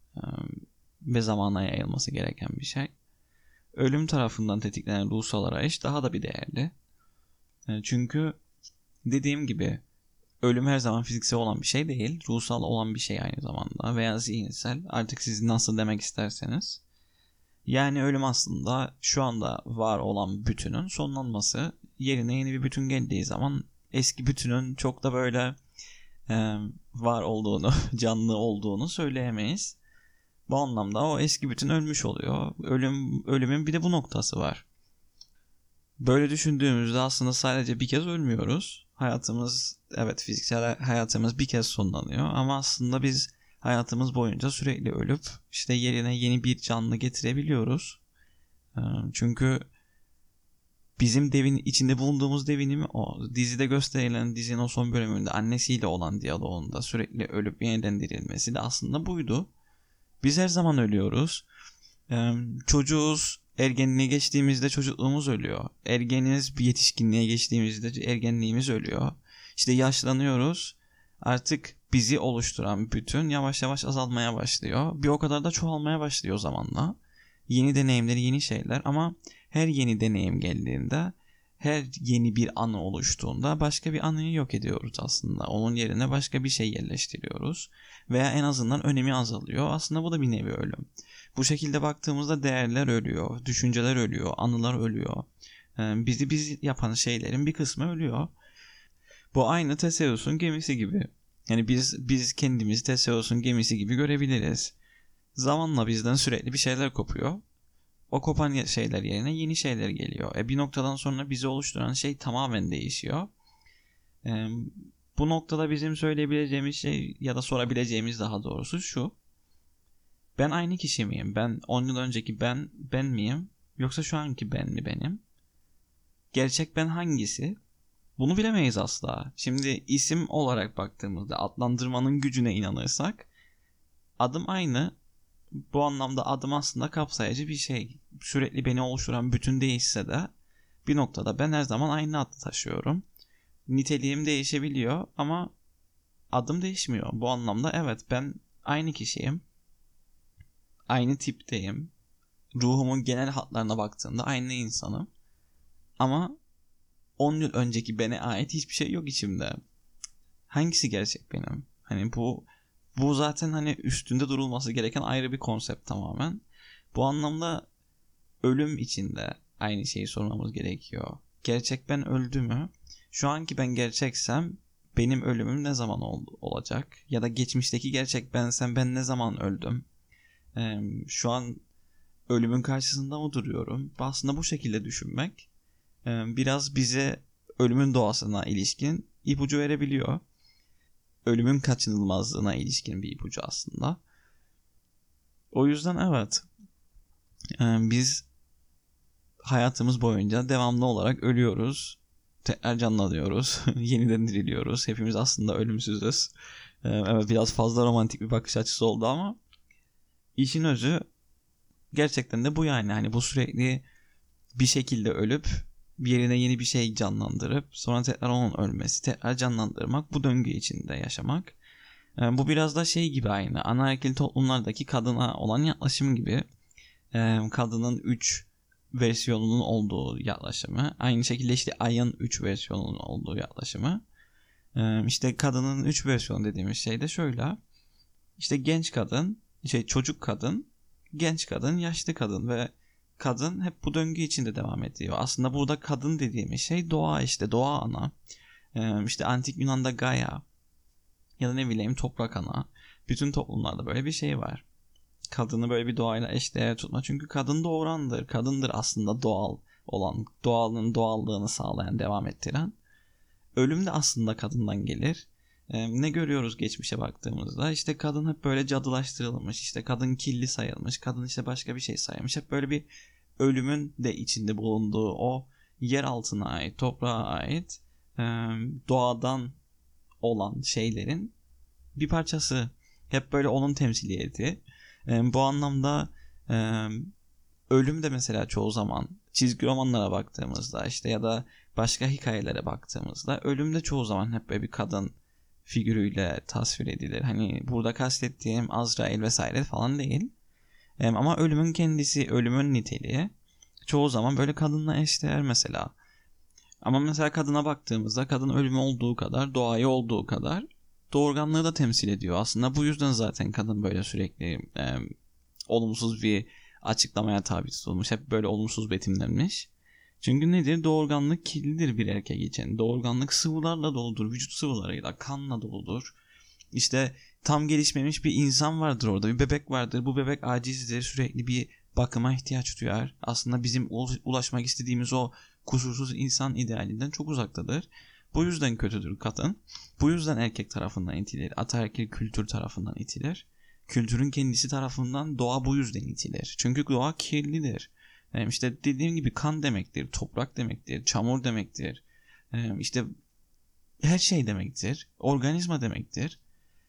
ve zamana yayılması gereken bir şey. Ölüm tarafından tetiklenen ruhsal arayış daha da bir değerli. Çünkü dediğim gibi ölüm her zaman fiziksel olan bir şey değil. Ruhsal olan bir şey aynı zamanda veya zihinsel. Artık siz nasıl demek isterseniz. Yani ölüm aslında şu anda var olan bütünün sonlanması. Yerine yeni bir bütün geldiği zaman eski bütünün çok da böyle e, var olduğunu, canlı olduğunu söyleyemeyiz. Bu anlamda o eski bütün ölmüş oluyor. Ölüm, ölümün bir de bu noktası var. Böyle düşündüğümüzde aslında sadece bir kez ölmüyoruz. Hayatımız, evet fiziksel hayatımız bir kez sonlanıyor ama aslında biz hayatımız boyunca sürekli ölüp işte yerine yeni bir canlı getirebiliyoruz. Çünkü bizim devin içinde bulunduğumuz devinim o dizide gösterilen dizinin o son bölümünde annesiyle olan diyaloğunda sürekli ölüp yeniden dirilmesi de aslında buydu. Biz her zaman ölüyoruz. Ee, çocuğuz. Ergenliğe geçtiğimizde çocukluğumuz ölüyor. Ergeniz bir yetişkinliğe geçtiğimizde ergenliğimiz ölüyor. İşte yaşlanıyoruz. Artık bizi oluşturan bütün yavaş yavaş azalmaya başlıyor. Bir o kadar da çoğalmaya başlıyor zamanla. Yeni deneyimleri, yeni şeyler ama her yeni deneyim geldiğinde, her yeni bir anı oluştuğunda başka bir anıyı yok ediyoruz aslında. Onun yerine başka bir şey yerleştiriyoruz. Veya en azından önemi azalıyor. Aslında bu da bir nevi ölüm. Bu şekilde baktığımızda değerler ölüyor, düşünceler ölüyor, anılar ölüyor. Bizi biz yapan şeylerin bir kısmı ölüyor. Bu aynı Theseus'un gemisi gibi. Yani biz biz kendimizi Theseus'un gemisi gibi görebiliriz. Zamanla bizden sürekli bir şeyler kopuyor. O kopan şeyler yerine yeni şeyler geliyor. E bir noktadan sonra bizi oluşturan şey tamamen değişiyor. E, bu noktada bizim söyleyebileceğimiz şey ya da sorabileceğimiz daha doğrusu şu. Ben aynı kişi miyim? Ben on yıl önceki ben ben miyim? Yoksa şu anki ben mi benim? Gerçek ben hangisi? Bunu bilemeyiz asla. Şimdi isim olarak baktığımızda adlandırmanın gücüne inanırsak adım aynı. Bu anlamda adım aslında kapsayıcı bir şey. Sürekli beni oluşturan bütün değişse de bir noktada ben her zaman aynı adı taşıyorum. Niteliğim değişebiliyor ama adım değişmiyor. Bu anlamda evet ben aynı kişiyim. Aynı tipteyim. Ruhumun genel hatlarına baktığımda aynı insanım. Ama on yıl önceki bana ait hiçbir şey yok içimde. Hangisi gerçek benim? Hani bu bu zaten hani üstünde durulması gereken ayrı bir konsept tamamen. Bu anlamda ölüm içinde aynı şeyi sormamız gerekiyor. Gerçek ben öldü mü? Şu anki ben gerçeksem benim ölümüm ne zaman oldu, olacak? Ya da geçmişteki gerçek bensem ben ne zaman öldüm? Ee, şu an ölümün karşısında mı duruyorum? Aslında bu şekilde düşünmek e, biraz bize ölümün doğasına ilişkin ipucu verebiliyor. Ölümün kaçınılmazlığına ilişkin bir ipucu aslında. O yüzden evet e, biz hayatımız boyunca devamlı olarak ölüyoruz. Tekrar canlanıyoruz. Yeniden diriliyoruz. Hepimiz aslında ölümsüzüz. E, evet biraz fazla romantik bir bakış açısı oldu ama işin özü gerçekten de bu yani. Hani bu sürekli bir şekilde ölüp yerine yeni bir şey canlandırıp sonra tekrar onun ölmesi, tekrar canlandırmak, bu döngü içinde yaşamak. E, bu biraz da şey gibi aynı. Anaerkil toplumlardaki kadına olan yaklaşım gibi. E, kadının üç versiyonunun olduğu yaklaşımı. Aynı şekilde işte ayın üç versiyonunun olduğu yaklaşımı. E, işte kadının üç versiyonu dediğimiz şey de şöyle. İşte genç kadın, şey çocuk kadın, genç kadın, yaşlı kadın ve kadın hep bu döngü içinde devam ediyor. Aslında burada kadın dediğimiz şey doğa, işte doğa ana. Ee, işte antik Yunan'da Gaia ya da ne bileyim toprak ana. Bütün toplumlarda böyle bir şey var. Kadını böyle bir doğayla eşdeğer tutma. Çünkü kadın doğurandır. Kadındır aslında doğal olan, doğalın doğallığını sağlayan, devam ettiren. Ölüm de aslında kadından gelir. Ee, ne görüyoruz geçmişe baktığımızda? İşte kadın hep böyle cadılaştırılmış. İşte kadın kirli sayılmış. Kadın işte başka bir şey sayılmış. Hep böyle bir ölümün de içinde bulunduğu o yer altına ait, toprağa ait e, doğadan olan şeylerin bir parçası. Hep böyle onun temsiliyeti. E, bu anlamda Ee, ölüm de mesela çoğu zaman çizgi romanlara baktığımızda işte ya da başka hikayelere baktığımızda ölüm de çoğu zaman hep böyle bir kadın figürüyle tasvir edilir. Hani burada kastettiğim Azrail vesaire falan değil. Ee, ama ölümün kendisi, ölümün niteliği çoğu zaman böyle kadınla eşdeğer mesela. Ama mesela kadına baktığımızda kadın ölümü olduğu kadar, doğayı olduğu kadar doğurganlığı da temsil ediyor. Aslında bu yüzden zaten kadın böyle sürekli e, olumsuz bir açıklamaya tabi tutulmuş. Hep böyle olumsuz betimlenmiş. Çünkü nedir? Doğurganlık kirlidir bir erkek için. Doğurganlık sıvılarla doludur. Vücut sıvılarıyla, kanla doludur. İşte tam gelişmemiş bir insan vardır orada. Bir bebek vardır. Bu bebek acizdir. Sürekli bir bakıma ihtiyaç duyar. Aslında bizim ulaşmak istediğimiz o kusursuz insan idealinden çok uzaktadır. Bu yüzden kötüdür kadın. Bu yüzden erkek tarafından itilir. Ataerkil kültür tarafından itilir. Kültürün kendisi tarafından doğa bu yüzden itilir. Çünkü doğa kirlidir. Yani işte dediğim gibi kan demektir, toprak demektir, çamur demektir. İşte her şey demektir. Organizma demektir.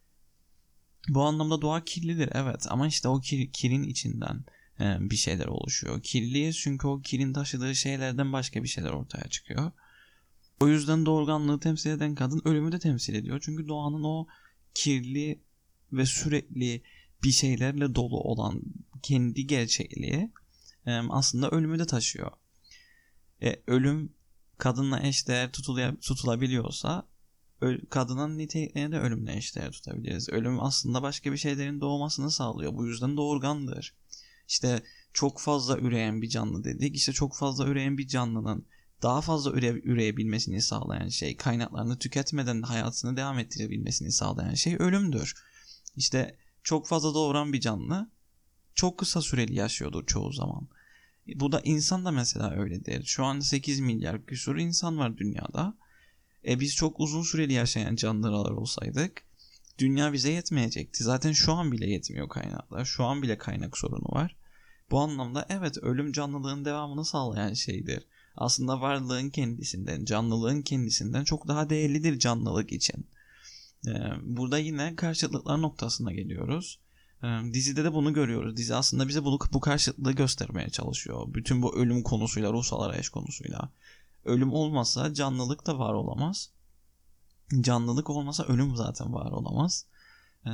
Bu anlamda doğa kirlidir evet ama işte o kir, kirin içinden bir şeyler oluşuyor. Kirliyiz çünkü o kirin taşıdığı şeylerden başka bir şeyler ortaya çıkıyor. O yüzden doğurganlığı temsil eden kadın ölümü de temsil ediyor. Çünkü doğanın o kirli ve sürekli bir şeylerle dolu olan kendi gerçekliği aslında ölümü de taşıyor. E, ölüm kadınla eşdeğer tutulabiliyorsa kadının niteliklerini de ölümle eşdeğer tutabiliriz. Ölüm aslında başka bir şeylerin doğmasını sağlıyor. Bu yüzden doğurgandır. İşte çok fazla üreyen bir canlı dedik. İşte çok fazla üreyen bir canlının daha fazla üre, üreyebilmesini sağlayan şey, kaynaklarını tüketmeden hayatını devam ettirebilmesini sağlayan şey ölümdür. İşte çok fazla doğuran bir canlı çok kısa süreli yaşıyordur çoğu zaman. Bu da insan da mesela öyledir. Şu an sekiz milyar küsur insan var dünyada. E biz çok uzun süreli yaşayan canlılar olsaydık dünya bize yetmeyecekti. Zaten şu an bile yetmiyor kaynaklar. Şu an bile kaynak sorunu var. Bu anlamda evet ölüm canlılığın devamını sağlayan şeydir. Aslında varlığın kendisinden, canlılığın kendisinden çok daha değerlidir canlılık için. Ee, burada yine karşıtlıklar noktasına geliyoruz. Ee, dizide de bunu görüyoruz. Dizi aslında bize bunu, bu karşıtlığı göstermeye çalışıyor. Bütün bu ölüm konusuyla, ruhsal arayış konusuyla. Ölüm olmasa canlılık da var olamaz. Canlılık olmasa ölüm zaten var olamaz. Ee,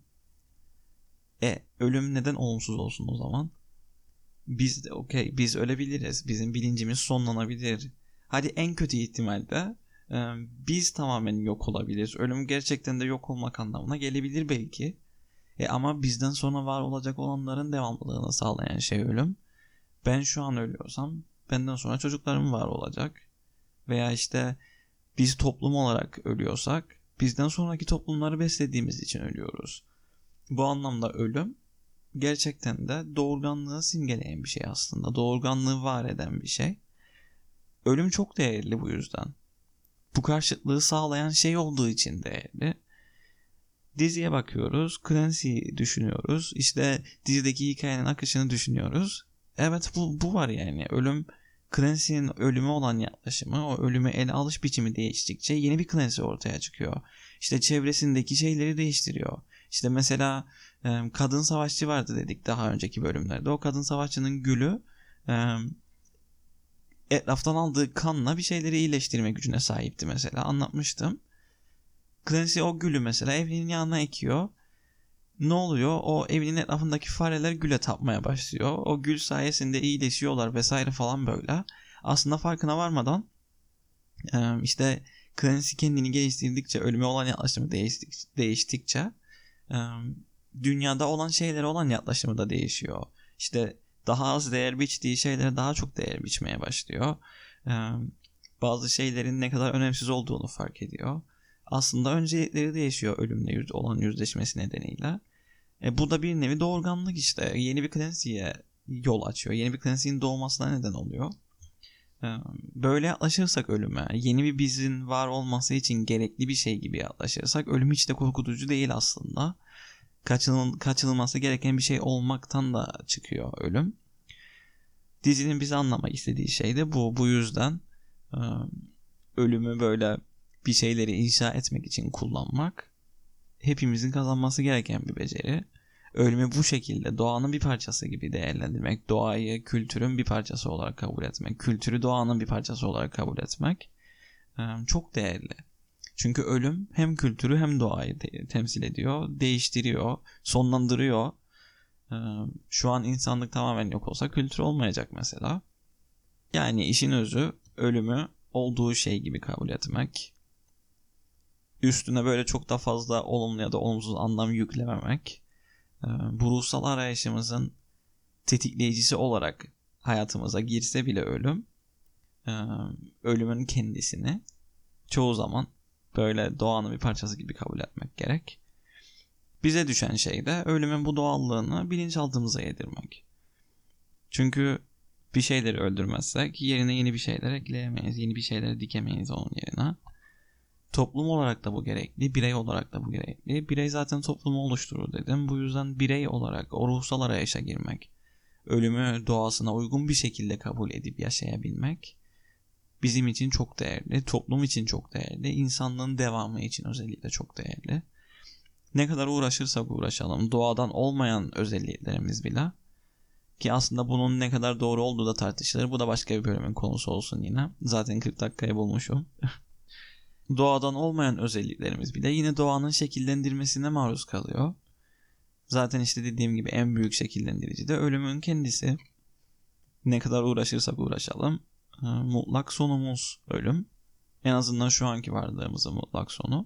e ölüm neden olumsuz olsun o zaman? Biz de okey biz ölebiliriz. Bizim bilincimiz sonlanabilir. Hadi en kötü ihtimalde e, biz tamamen yok olabiliriz. Ölüm gerçekten de yok olmak anlamına gelebilir belki. E, ama bizden sonra var olacak olanların devamlılığını sağlayan şey ölüm. Ben şu an ölüyorsam benden sonra çocuklarım var olacak. Veya işte biz toplum olarak ölüyorsak bizden sonraki toplumları beslediğimiz için ölüyoruz. Bu anlamda ölüm gerçekten de doğurganlığı simgeleyen bir şey aslında. Doğurganlığı var eden bir şey. Ölüm çok değerli bu yüzden. Bu karşıtlığı sağlayan şey olduğu için değerli. Diziye bakıyoruz. Clancy'yi düşünüyoruz. İşte dizideki hikayenin akışını düşünüyoruz. Evet bu, bu var yani. Ölüm Clancy'nin ölüme olan yaklaşımı, o ölüme ele alış biçimi değiştikçe yeni bir Clancy ortaya çıkıyor. İşte çevresindeki şeyleri değiştiriyor. İşte mesela e, kadın savaşçı vardı dedik daha önceki bölümlerde. O kadın savaşçının gülü e, etraftan aldığı kanla bir şeyleri iyileştirme gücüne sahipti mesela. Anlatmıştım. Clancy o gülü mesela evinin yanına ekiyor. Ne oluyor? O evinin etrafındaki fareler güle tapmaya başlıyor. O gül sayesinde iyileşiyorlar vesaire falan böyle. Aslında farkına varmadan işte Clancy kendini geliştirdikçe, ölüme olan yaklaşımı değiştikçe dünyada olan şeylere olan yaklaşımı da değişiyor. İşte daha az değer biçtiği şeylere daha çok değer biçmeye başlıyor. Bazı şeylerin ne kadar önemsiz olduğunu fark ediyor. Aslında öncelikleri değişiyor ölümle olan yüzleşmesi nedeniyle. E, bu da bir nevi doğurganlık işte. Yeni bir Clancy'ye yol açıyor. Yeni bir Clancy'nin doğmasına neden oluyor. E, böyle yaklaşırsak ölüme, yeni bir bizin var olması için gerekli bir şey gibi yaklaşırsak ölüm hiç de korkutucu değil aslında. Kaçınıl, kaçınılması gereken bir şey olmaktan da çıkıyor ölüm. Dizinin bize anlamak istediği şey de bu. Bu yüzden e, ölümü böyle bir şeyleri inşa etmek için kullanmak hepimizin kazanması gereken bir beceri. ölümü bu şekilde doğanın bir parçası gibi değerlendirmek, doğayı kültürün bir parçası olarak kabul etmek, kültürü doğanın bir parçası olarak kabul etmek çok değerli. Çünkü ölüm hem kültürü hem doğayı te- temsil ediyor, değiştiriyor, sonlandırıyor. Şu an insanlık tamamen yok olsa kültür olmayacak mesela. Yani işin özü ölümü olduğu şey gibi kabul etmek. Üstüne böyle çok da fazla olumlu ya da olumsuz anlam yüklememek. Bu ruhsal arayışımızın tetikleyicisi olarak hayatımıza girse bile ölüm, ölümün kendisini çoğu zaman böyle doğanın bir parçası gibi kabul etmek gerek. Bize düşen şey de ölümün bu doğallığını bilinçaltımıza yedirmek. Çünkü bir şeyleri öldürmezsek yerine yeni bir şeyler ekleyemeyiz, yeni bir şeyleri dikemeyiz onun yerine. Toplum olarak da bu gerekli, birey olarak da bu gerekli. Birey zaten toplumu oluşturur dedim. Bu yüzden birey olarak o ruhsal arayışa girmek, ölümü doğasına uygun bir şekilde kabul edip yaşayabilmek bizim için çok değerli, toplum için çok değerli, insanlığın devamı için özellikle çok değerli. Ne kadar uğraşırsak uğraşalım, doğadan olmayan özelliklerimiz bile, ki aslında bunun ne kadar doğru olduğu da tartışılır. Bu da başka bir bölümün konusu olsun yine. Zaten kırk dakikayı bulmuşum. Doğadan olmayan özelliklerimiz bile yine doğanın şekillendirmesine maruz kalıyor. Zaten işte dediğim gibi en büyük şekillendirici de ölümün kendisi. Ne kadar uğraşırsak uğraşalım, mutlak sonumuz ölüm. En azından şu anki varlığımızın mutlak sonu.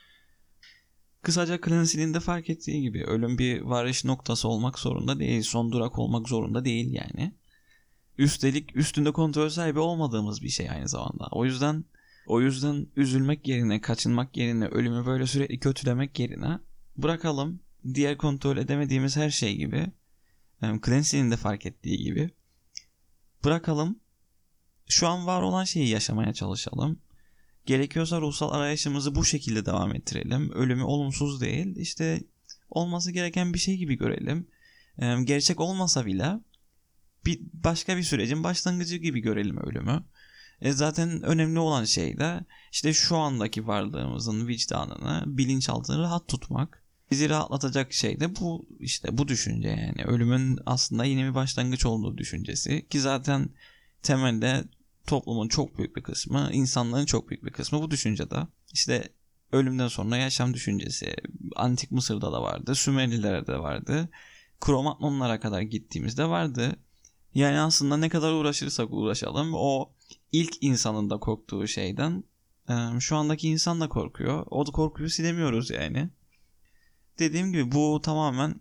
Kısaca Clancy'nin de fark ettiği gibi ölüm bir varış noktası olmak zorunda değil. Son durak olmak zorunda değil yani. Üstelik üstünde kontrol sahibi olmadığımız bir şey aynı zamanda. O yüzden o yüzden üzülmek yerine, kaçınmak yerine, ölümü böyle sürekli kötülemek yerine bırakalım. Diğer kontrol edemediğimiz her şey gibi, Clancy'nin de fark ettiği gibi, bırakalım. Şu an var olan şeyi yaşamaya çalışalım. Gerekiyorsa ruhsal arayışımızı bu şekilde devam ettirelim. Ölümü olumsuz değil, işte olması gereken bir şey gibi görelim. Ee, gerçek olmasa bile bir başka bir sürecin başlangıcı gibi görelim ölümü. E zaten önemli olan şey de işte şu andaki varlığımızın vicdanını, bilinçaltını rahat tutmak. Bizi rahatlatacak şey de bu, işte bu düşünce yani. Ölümün aslında yeni bir başlangıç olduğu düşüncesi, ki zaten temelde toplumun çok büyük bir kısmı, insanların çok büyük bir kısmı bu düşüncede. İşte ölümden sonra yaşam düşüncesi Antik Mısır'da da vardı, Sümerlilerde de vardı, Kromagnonlara kadar gittiğimizde vardı. Yani aslında ne kadar uğraşırsak uğraşalım o ilk insanın da korktuğu şeyden şu andaki insan da korkuyor. O da korkuyu silemiyoruz yani. Dediğim gibi bu tamamen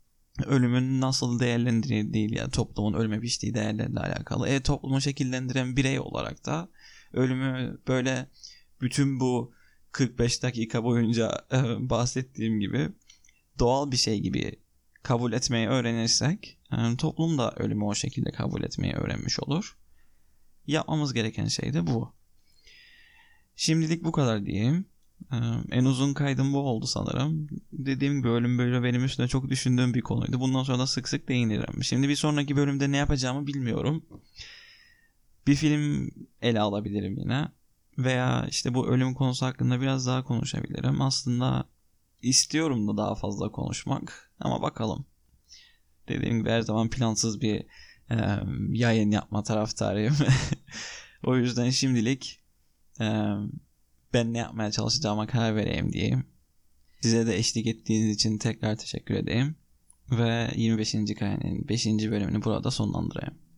ölümün nasıl değerlendirildiği, yani toplumun ölüme biçtiği değerlerle alakalı. E toplumu şekillendiren birey olarak da ölümü böyle bütün bu kırk beş dakika boyunca e, bahsettiğim gibi doğal bir şey gibi kabul etmeyi öğrenirsek, yani toplum da ölümü o şekilde kabul etmeyi öğrenmiş olur. Yapmamız gereken şey de bu. Şimdilik bu kadar diyeyim. Ee, en uzun kaydım bu oldu sanırım. Dediğim gibi bölüm böyle benim üstüne çok düşündüğüm bir konuydu. Bundan sonra da sık sık değinirim. Şimdi bir sonraki bölümde ne yapacağımı bilmiyorum. Bir film ele alabilirim yine. Veya işte bu ölüm konusu hakkında biraz daha konuşabilirim. Aslında istiyorum da daha fazla konuşmak. Ama bakalım. Dediğim gibi her zaman plansız bir e, yayın yapma taraftarıyım. O yüzden şimdilik e, ben ne yapmaya çalışacağıma karar vereyim diyeyim. Size de eşlik ettiğiniz için tekrar teşekkür edeyim. Ve yirmi beşinci karenin beşinci bölümünü burada sonlandırayım.